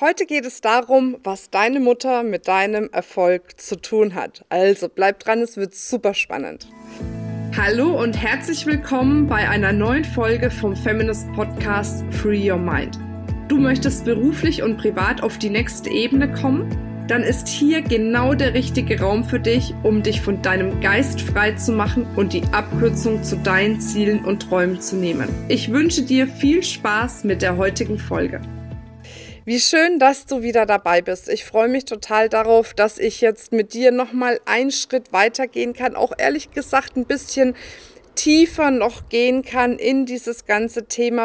Heute geht es darum, was deine Mutter mit deinem Erfolg zu tun hat. Also bleib dran, es wird super spannend. Hallo und herzlich willkommen bei einer neuen Folge vom Feminist Podcast Free Your Mind. Du möchtest beruflich und privat auf die nächste Ebene kommen? Dann ist hier genau der richtige Raum für dich, um dich von deinem Geist frei zu machen und die Abkürzung zu deinen Zielen und Träumen zu nehmen. Ich wünsche dir viel Spaß mit der heutigen Folge. Wie schön, dass du wieder dabei bist. Ich freue mich total darauf, dass ich jetzt mit dir nochmal einen Schritt weitergehen kann, auch ehrlich gesagt ein bisschen tiefer noch gehen kann in dieses ganze Thema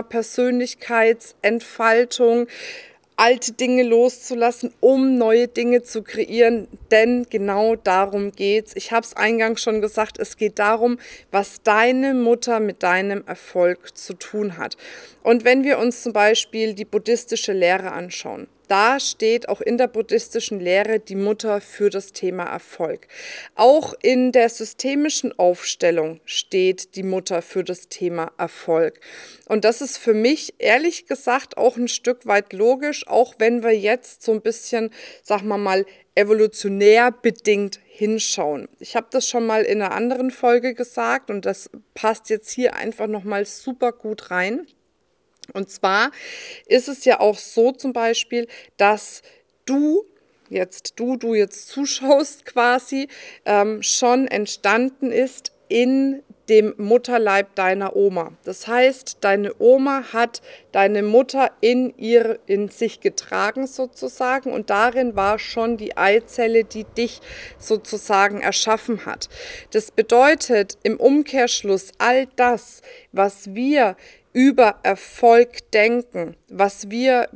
Persönlichkeitsentfaltung, alte Dinge loszulassen, um neue Dinge zu kreieren, denn genau darum geht's. Ich habe es eingangs schon gesagt, es geht darum, was deine Mutter mit deinem Erfolg zu tun hat. Und wenn wir uns zum Beispiel die buddhistische Lehre anschauen, da steht auch in der buddhistischen Lehre die Mutter für das Thema Erfolg. Auch in der systemischen Aufstellung steht die Mutter für das Thema Erfolg. Und das ist für mich ehrlich gesagt auch ein Stück weit logisch, auch wenn wir jetzt so ein bisschen, sagen wir mal, evolutionär bedingt hinschauen. Ich habe das schon mal in einer anderen Folge gesagt und das passt jetzt hier einfach nochmal super gut rein. Und zwar ist es ja auch so zum Beispiel, dass du jetzt zuschaust quasi, schon entstanden ist in dem Mutterleib deiner Oma. Das heißt, deine Oma hat deine Mutter in sich getragen sozusagen und darin war schon die Eizelle, die dich sozusagen erschaffen hat. Das bedeutet im Umkehrschluss all das, was wir über Erfolg denken, was wir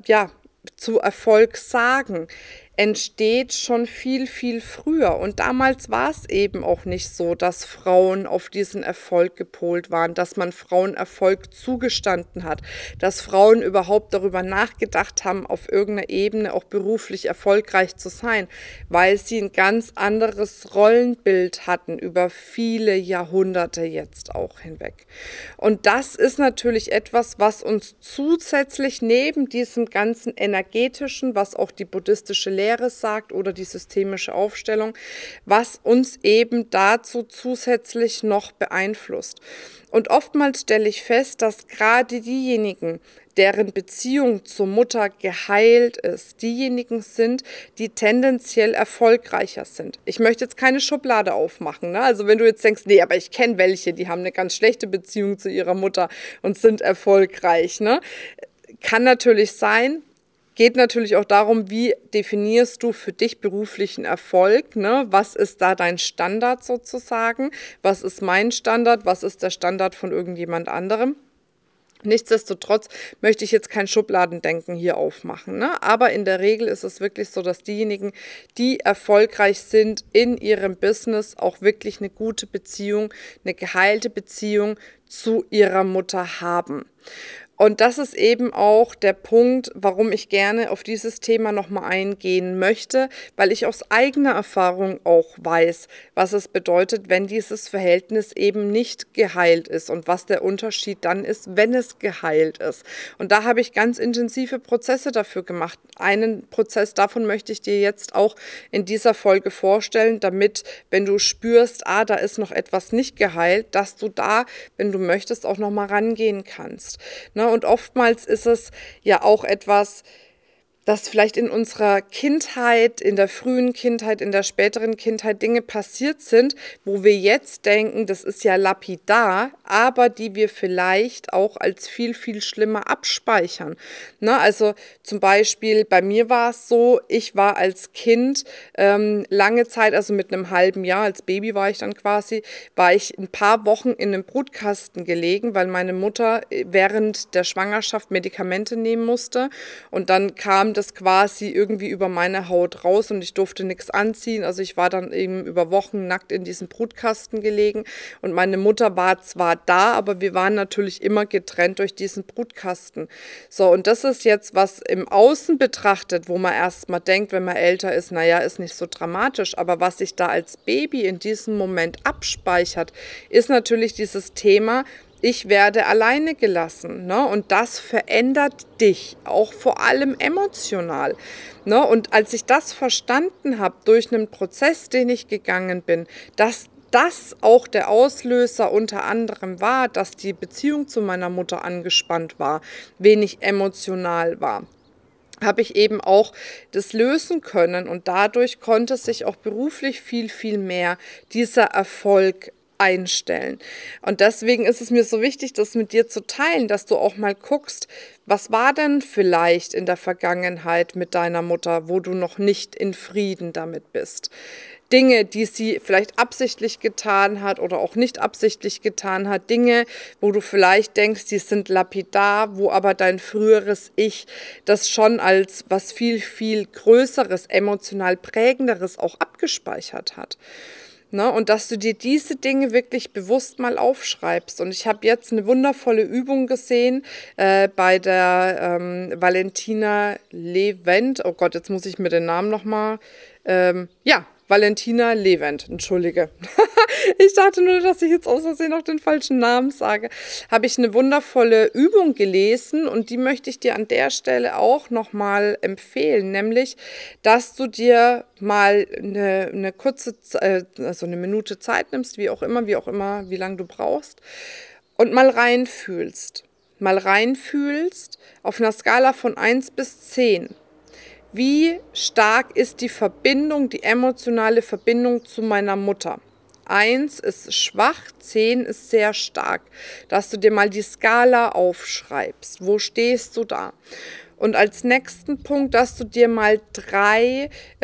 zu Erfolg sagen, entsteht schon viel, viel früher. Und damals war es eben auch nicht so, dass Frauen auf diesen Erfolg gepolt waren, dass man Frauen Erfolg zugestanden hat, dass Frauen überhaupt darüber nachgedacht haben, auf irgendeiner Ebene auch beruflich erfolgreich zu sein, weil sie ein ganz anderes Rollenbild hatten über viele Jahrhunderte jetzt auch hinweg. Und das ist natürlich etwas, was uns zusätzlich neben diesem ganzen energetischen, was auch die buddhistische Lehre sagt oder die systemische Aufstellung, was uns eben dazu zusätzlich noch beeinflusst. Und oftmals stelle ich fest, dass gerade diejenigen, deren Beziehung zur Mutter geheilt ist, diejenigen sind, die tendenziell erfolgreicher sind. Ich möchte jetzt keine Schublade aufmachen, ne? Also wenn du jetzt denkst, nee, aber ich kenne welche, die haben eine ganz schlechte Beziehung zu ihrer Mutter und sind erfolgreich, ne? Kann natürlich sein. Geht natürlich auch darum, wie definierst du für dich beruflichen Erfolg, ne? Was ist da dein Standard sozusagen? Was ist mein Standard? Was ist der Standard von irgendjemand anderem? Nichtsdestotrotz möchte ich jetzt kein Schubladendenken hier aufmachen, ne? Aber in der Regel ist es wirklich so, dass diejenigen, die erfolgreich sind in ihrem Business, auch wirklich eine gute Beziehung, eine geheilte Beziehung zu ihrer Mutter haben. Und das ist eben auch der Punkt, warum ich gerne auf dieses Thema nochmal eingehen möchte, weil ich aus eigener Erfahrung auch weiß, was es bedeutet, wenn dieses Verhältnis eben nicht geheilt ist und was der Unterschied dann ist, wenn es geheilt ist. Und da habe ich ganz intensive Prozesse dafür gemacht. Einen Prozess davon möchte ich dir jetzt auch in dieser Folge vorstellen, damit, wenn du spürst, da ist noch etwas nicht geheilt, dass du da, wenn du möchtest, auch nochmal rangehen kannst. Ne? Und oftmals ist es ja auch etwas, dass vielleicht in unserer Kindheit, in der frühen Kindheit, in der späteren Kindheit Dinge passiert sind, wo wir jetzt denken, das ist ja lapidar, aber die wir vielleicht auch als viel, viel schlimmer abspeichern. Ne? Also zum Beispiel bei mir war es so, ich war als Kind lange Zeit, also mit einem halben Jahr, als Baby war ich dann quasi, war ich ein paar Wochen in einem Brutkasten gelegen, weil meine Mutter während der Schwangerschaft Medikamente nehmen musste und dann kam das quasi irgendwie über meine Haut raus und ich durfte nichts anziehen. Also ich war dann eben über Wochen nackt in diesem Brutkasten gelegen und meine Mutter war zwar da, aber wir waren natürlich immer getrennt durch diesen Brutkasten. So, und das ist jetzt was im Außen betrachtet, wo man erstmal denkt, wenn man älter ist, naja, ist nicht so dramatisch, aber was sich da als Baby in diesem Moment abspeichert, ist natürlich dieses Thema, ich werde alleine gelassen, ne? Und das verändert dich, auch vor allem emotional, ne? Und als ich das verstanden habe durch einen Prozess, den ich gegangen bin, dass das auch der Auslöser unter anderem war, dass die Beziehung zu meiner Mutter angespannt war, wenig emotional war, habe ich eben auch das lösen können und dadurch konnte sich auch beruflich viel, viel mehr dieser Erfolg einstellen. Und deswegen ist es mir so wichtig, das mit dir zu teilen, dass du auch mal guckst, was war denn vielleicht in der Vergangenheit mit deiner Mutter, wo du noch nicht in Frieden damit bist. Dinge, die sie vielleicht absichtlich getan hat oder auch nicht absichtlich getan hat. Dinge, wo du vielleicht denkst, die sind lapidar, wo aber dein früheres Ich das schon als was viel, viel Größeres, emotional Prägenderes auch abgespeichert hat. Ne, und dass du dir diese Dinge wirklich bewusst mal aufschreibst. Und ich habe jetzt eine wundervolle Übung gesehen bei der Valentina Levent. Oh Gott, jetzt muss ich mir den Namen nochmal. Ja, Valentina Levent, entschuldige. Ich dachte nur, dass ich jetzt aus Versehen noch den falschen Namen sage. Habe ich eine wundervolle Übung gelesen und die möchte ich dir an der Stelle auch nochmal empfehlen, nämlich, dass du dir mal eine kurze, also eine Minute Zeit nimmst, wie auch immer, wie lange du brauchst und mal reinfühlst. Mal reinfühlst auf einer Skala von 1 bis 10. Wie stark ist die Verbindung, die emotionale Verbindung zu meiner Mutter? 1 ist schwach, 10 ist sehr stark. Dass du dir mal die Skala aufschreibst. Wo stehst du da? Und als nächsten Punkt, dass du dir mal 3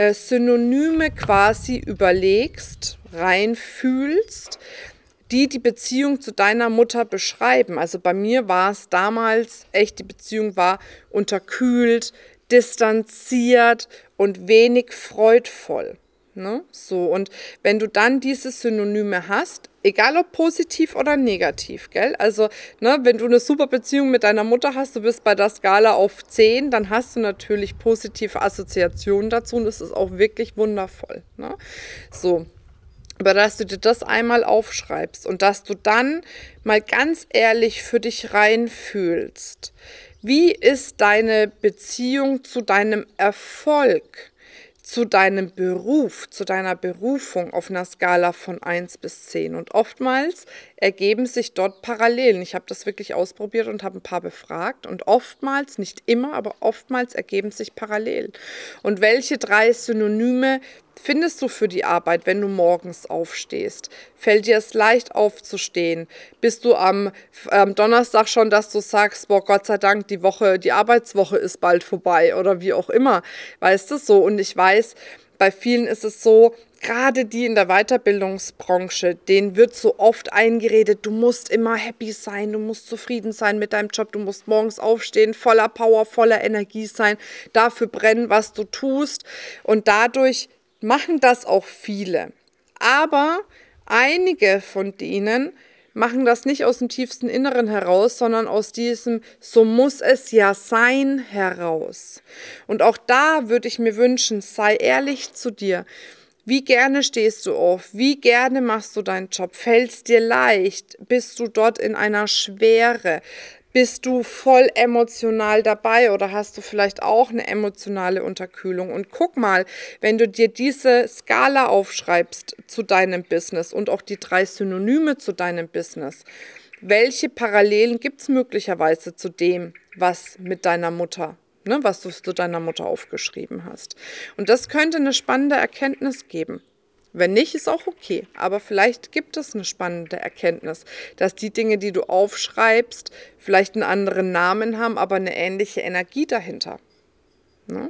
Synonyme quasi überlegst, reinfühlst, die Beziehung zu deiner Mutter beschreiben. Also bei mir war es damals echt, die Beziehung war unterkühlt, distanziert und wenig freudvoll. Ne? So, und wenn du dann diese Synonyme hast, egal ob positiv oder negativ, gell? Also, ne, wenn du eine super Beziehung mit deiner Mutter hast, du bist bei der Skala auf 10, dann hast du natürlich positive Assoziationen dazu und das ist auch wirklich wundervoll. Ne? So. Aber dass du dir das einmal aufschreibst und dass du dann mal ganz ehrlich für dich reinfühlst. Wie ist deine Beziehung zu deinem Erfolg, zu deinem Beruf, zu deiner Berufung auf einer Skala von 1 bis 10? Und oftmals ergeben sich dort Parallelen. Ich habe das wirklich ausprobiert und habe ein paar befragt und oftmals, nicht immer, aber oftmals ergeben sich Parallelen. Und welche 3 Synonyme findest du für die Arbeit, wenn du morgens aufstehst? Fällt dir es leicht aufzustehen? Bist du am Donnerstag schon, dass du sagst, boah, Gott sei Dank, die Arbeitswoche ist bald vorbei oder wie auch immer, weißt du so? Und ich weiß, bei vielen ist es so, gerade die in der Weiterbildungsbranche, denen wird so oft eingeredet, du musst immer happy sein, du musst zufrieden sein mit deinem Job, du musst morgens aufstehen, voller Power, voller Energie sein, dafür brennen, was du tust. Und dadurch machen das auch viele. Aber einige von denen machen das nicht aus dem tiefsten Inneren heraus, sondern aus diesem so muss es ja sein heraus. Und auch da würde ich mir wünschen, sei ehrlich zu dir. Wie gerne stehst du auf? Wie gerne machst du deinen Job? Fällt es dir leicht? Bist du dort in einer Schwere? Bist du voll emotional dabei oder hast du vielleicht auch eine emotionale Unterkühlung? Und guck mal, wenn du dir diese Skala aufschreibst zu deinem Business und auch die 3 Synonyme zu deinem Business, welche Parallelen gibt es möglicherweise zu dem, was mit deiner Mutter, ne, was du zu deiner Mutter aufgeschrieben hast? Und das könnte eine spannende Erkenntnis geben. Wenn nicht, ist auch okay. Aber vielleicht gibt es eine spannende Erkenntnis, dass die Dinge, die du aufschreibst, vielleicht einen anderen Namen haben, aber eine ähnliche Energie dahinter. Ne?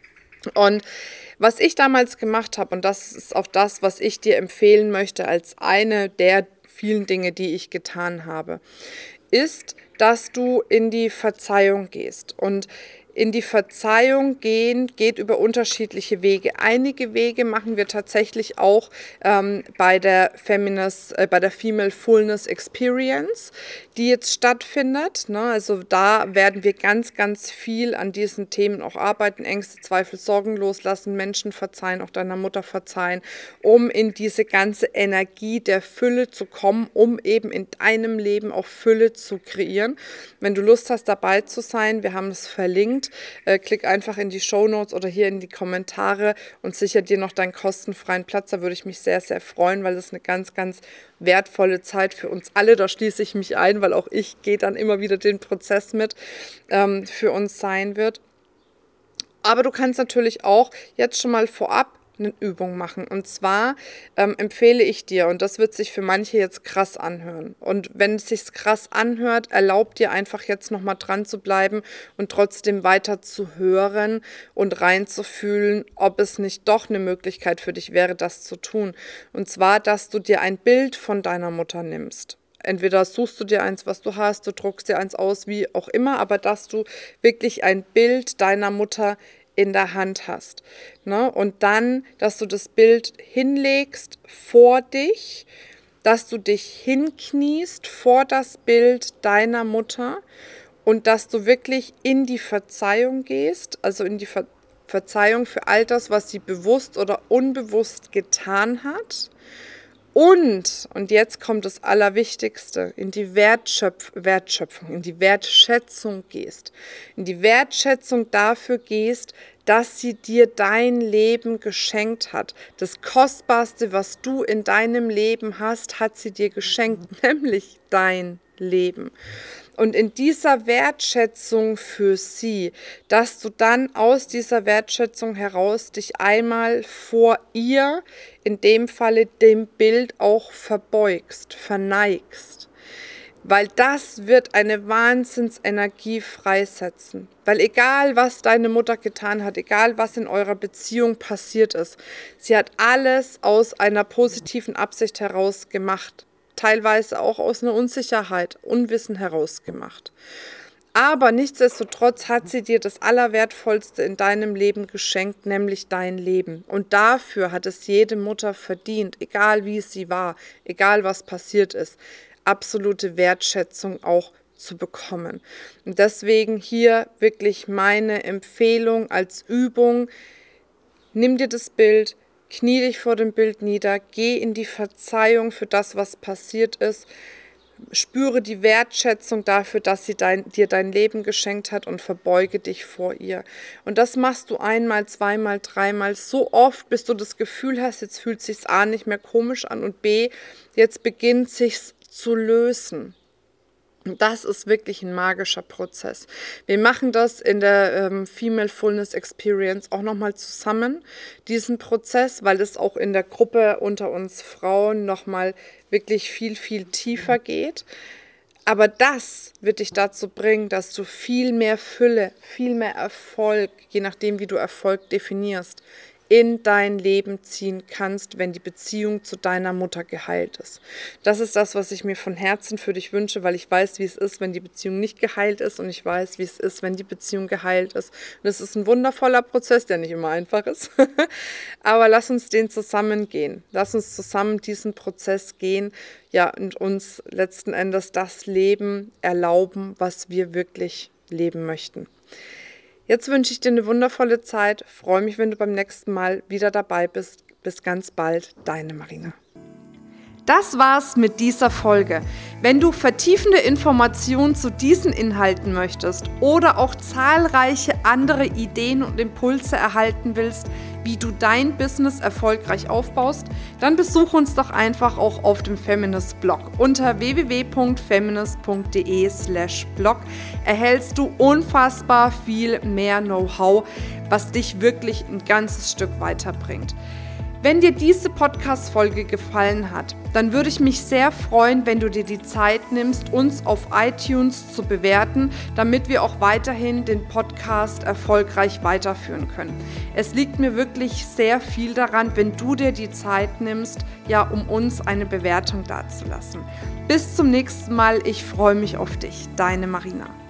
Und was ich damals gemacht habe, und das ist auch das, was ich dir empfehlen möchte als eine der vielen Dinge, die ich getan habe, ist, dass du in die Verzeihung gehst. Und in die Verzeihung gehen geht über unterschiedliche Wege. Einige Wege machen wir tatsächlich auch bei der Female Fullness Experience, die jetzt stattfindet. Ne? Also da werden wir ganz, ganz viel an diesen Themen auch arbeiten. Ängste, Zweifel, Sorgen loslassen, Menschen verzeihen, auch deiner Mutter verzeihen, um in diese ganze Energie der Fülle zu kommen, um eben in deinem Leben auch Fülle zu kreieren. Wenn du Lust hast, dabei zu sein, wir haben es verlinkt, klick einfach in die Shownotes oder hier in die Kommentare und sicher dir noch deinen kostenfreien Platz. Da würde ich mich sehr, sehr freuen, weil das eine ganz, ganz wertvolle Zeit für uns alle. Da schließe ich mich ein, weil auch ich gehe dann immer wieder den Prozess mit, für uns sein wird. Aber du kannst natürlich auch jetzt schon mal vorab eine Übung machen. Und zwar empfehle ich dir, und das wird sich für manche jetzt krass anhören. Und wenn es sich krass anhört, erlaubt dir einfach jetzt nochmal dran zu bleiben und trotzdem weiter zu hören und reinzufühlen, ob es nicht doch eine Möglichkeit für dich wäre, das zu tun. Und zwar, dass du dir ein Bild von deiner Mutter nimmst. Entweder suchst du dir eins, was du hast, du druckst dir eins aus, wie auch immer, aber dass du wirklich ein Bild deiner Mutter in der Hand hast. Ne? Und dann, dass du das Bild hinlegst vor dich, dass du dich hinkniest vor das Bild deiner Mutter und dass du wirklich in die Verzeihung gehst, also in die Verzeihung für all das, was sie bewusst oder unbewusst getan hat. Und jetzt kommt das Allerwichtigste, in die Wertschöpfung, in die Wertschätzung gehst. In die Wertschätzung dafür gehst, dass sie dir dein Leben geschenkt hat. Das Kostbarste, was du in deinem Leben hast, hat sie dir geschenkt, nämlich dein Leben. Und in dieser Wertschätzung für sie, dass du dann aus dieser Wertschätzung heraus dich einmal vor ihr, in dem Falle dem Bild auch verbeugst, verneigst. Weil das wird eine Wahnsinnsenergie freisetzen. Weil egal, was deine Mutter getan hat, egal, was in eurer Beziehung passiert ist, sie hat alles aus einer positiven Absicht heraus gemacht. Teilweise auch aus einer Unsicherheit, Unwissen heraus gemacht. Aber nichtsdestotrotz hat sie dir das Allerwertvollste in deinem Leben geschenkt, nämlich dein Leben. Und dafür hat es jede Mutter verdient, egal wie sie war, egal was passiert ist, absolute Wertschätzung auch zu bekommen. Und deswegen hier wirklich meine Empfehlung als Übung: Nimm dir das Bild, knie dich vor dem Bild nieder, geh in die Verzeihung für das, was passiert ist, spüre die Wertschätzung dafür, dass sie dir dein Leben geschenkt hat und verbeuge dich vor ihr. Und das machst du einmal, zweimal, dreimal, so oft, bis du das Gefühl hast, jetzt fühlt es sich A nicht mehr komisch an und B, jetzt beginnt es sich zu lösen. Das ist wirklich ein magischer Prozess. Wir machen das in der Female Fullness Experience auch nochmal zusammen, diesen Prozess, weil es auch in der Gruppe unter uns Frauen nochmal wirklich viel, viel tiefer geht. Aber das wird dich dazu bringen, dass du viel mehr Fülle, viel mehr Erfolg, je nachdem, wie du Erfolg definierst, in dein Leben ziehen kannst, wenn die Beziehung zu deiner Mutter geheilt ist. Das ist das, was ich mir von Herzen für dich wünsche, weil ich weiß, wie es ist, wenn die Beziehung nicht geheilt ist, und ich weiß, wie es ist, wenn die Beziehung geheilt ist. Und es ist ein wundervoller Prozess, der nicht immer einfach ist. Aber lass uns den zusammen gehen. Lass uns zusammen diesen Prozess gehen, ja, und uns letzten Endes das Leben erlauben, was wir wirklich leben möchten. Jetzt wünsche ich dir eine wundervolle Zeit. Freue mich, wenn du beim nächsten Mal wieder dabei bist. Bis ganz bald, deine Marina. Das war's mit dieser Folge. Wenn du vertiefende Informationen zu diesen Inhalten möchtest oder auch zahlreiche andere Ideen und Impulse erhalten willst, wie du dein Business erfolgreich aufbaust, dann besuche uns doch einfach auch auf dem Feminist-Blog. Unter www.feminist.de/blog erhältst du unfassbar viel mehr Know-how, was dich wirklich ein ganzes Stück weiterbringt. Wenn dir diese Podcast-Folge gefallen hat, dann würde ich mich sehr freuen, wenn du dir die Zeit nimmst, uns auf iTunes zu bewerten, damit wir auch weiterhin den Podcast erfolgreich weiterführen können. Es liegt mir wirklich sehr viel daran, wenn du dir die Zeit nimmst, ja, um uns eine Bewertung dazulassen. Bis zum nächsten Mal, ich freue mich auf dich, deine Marina.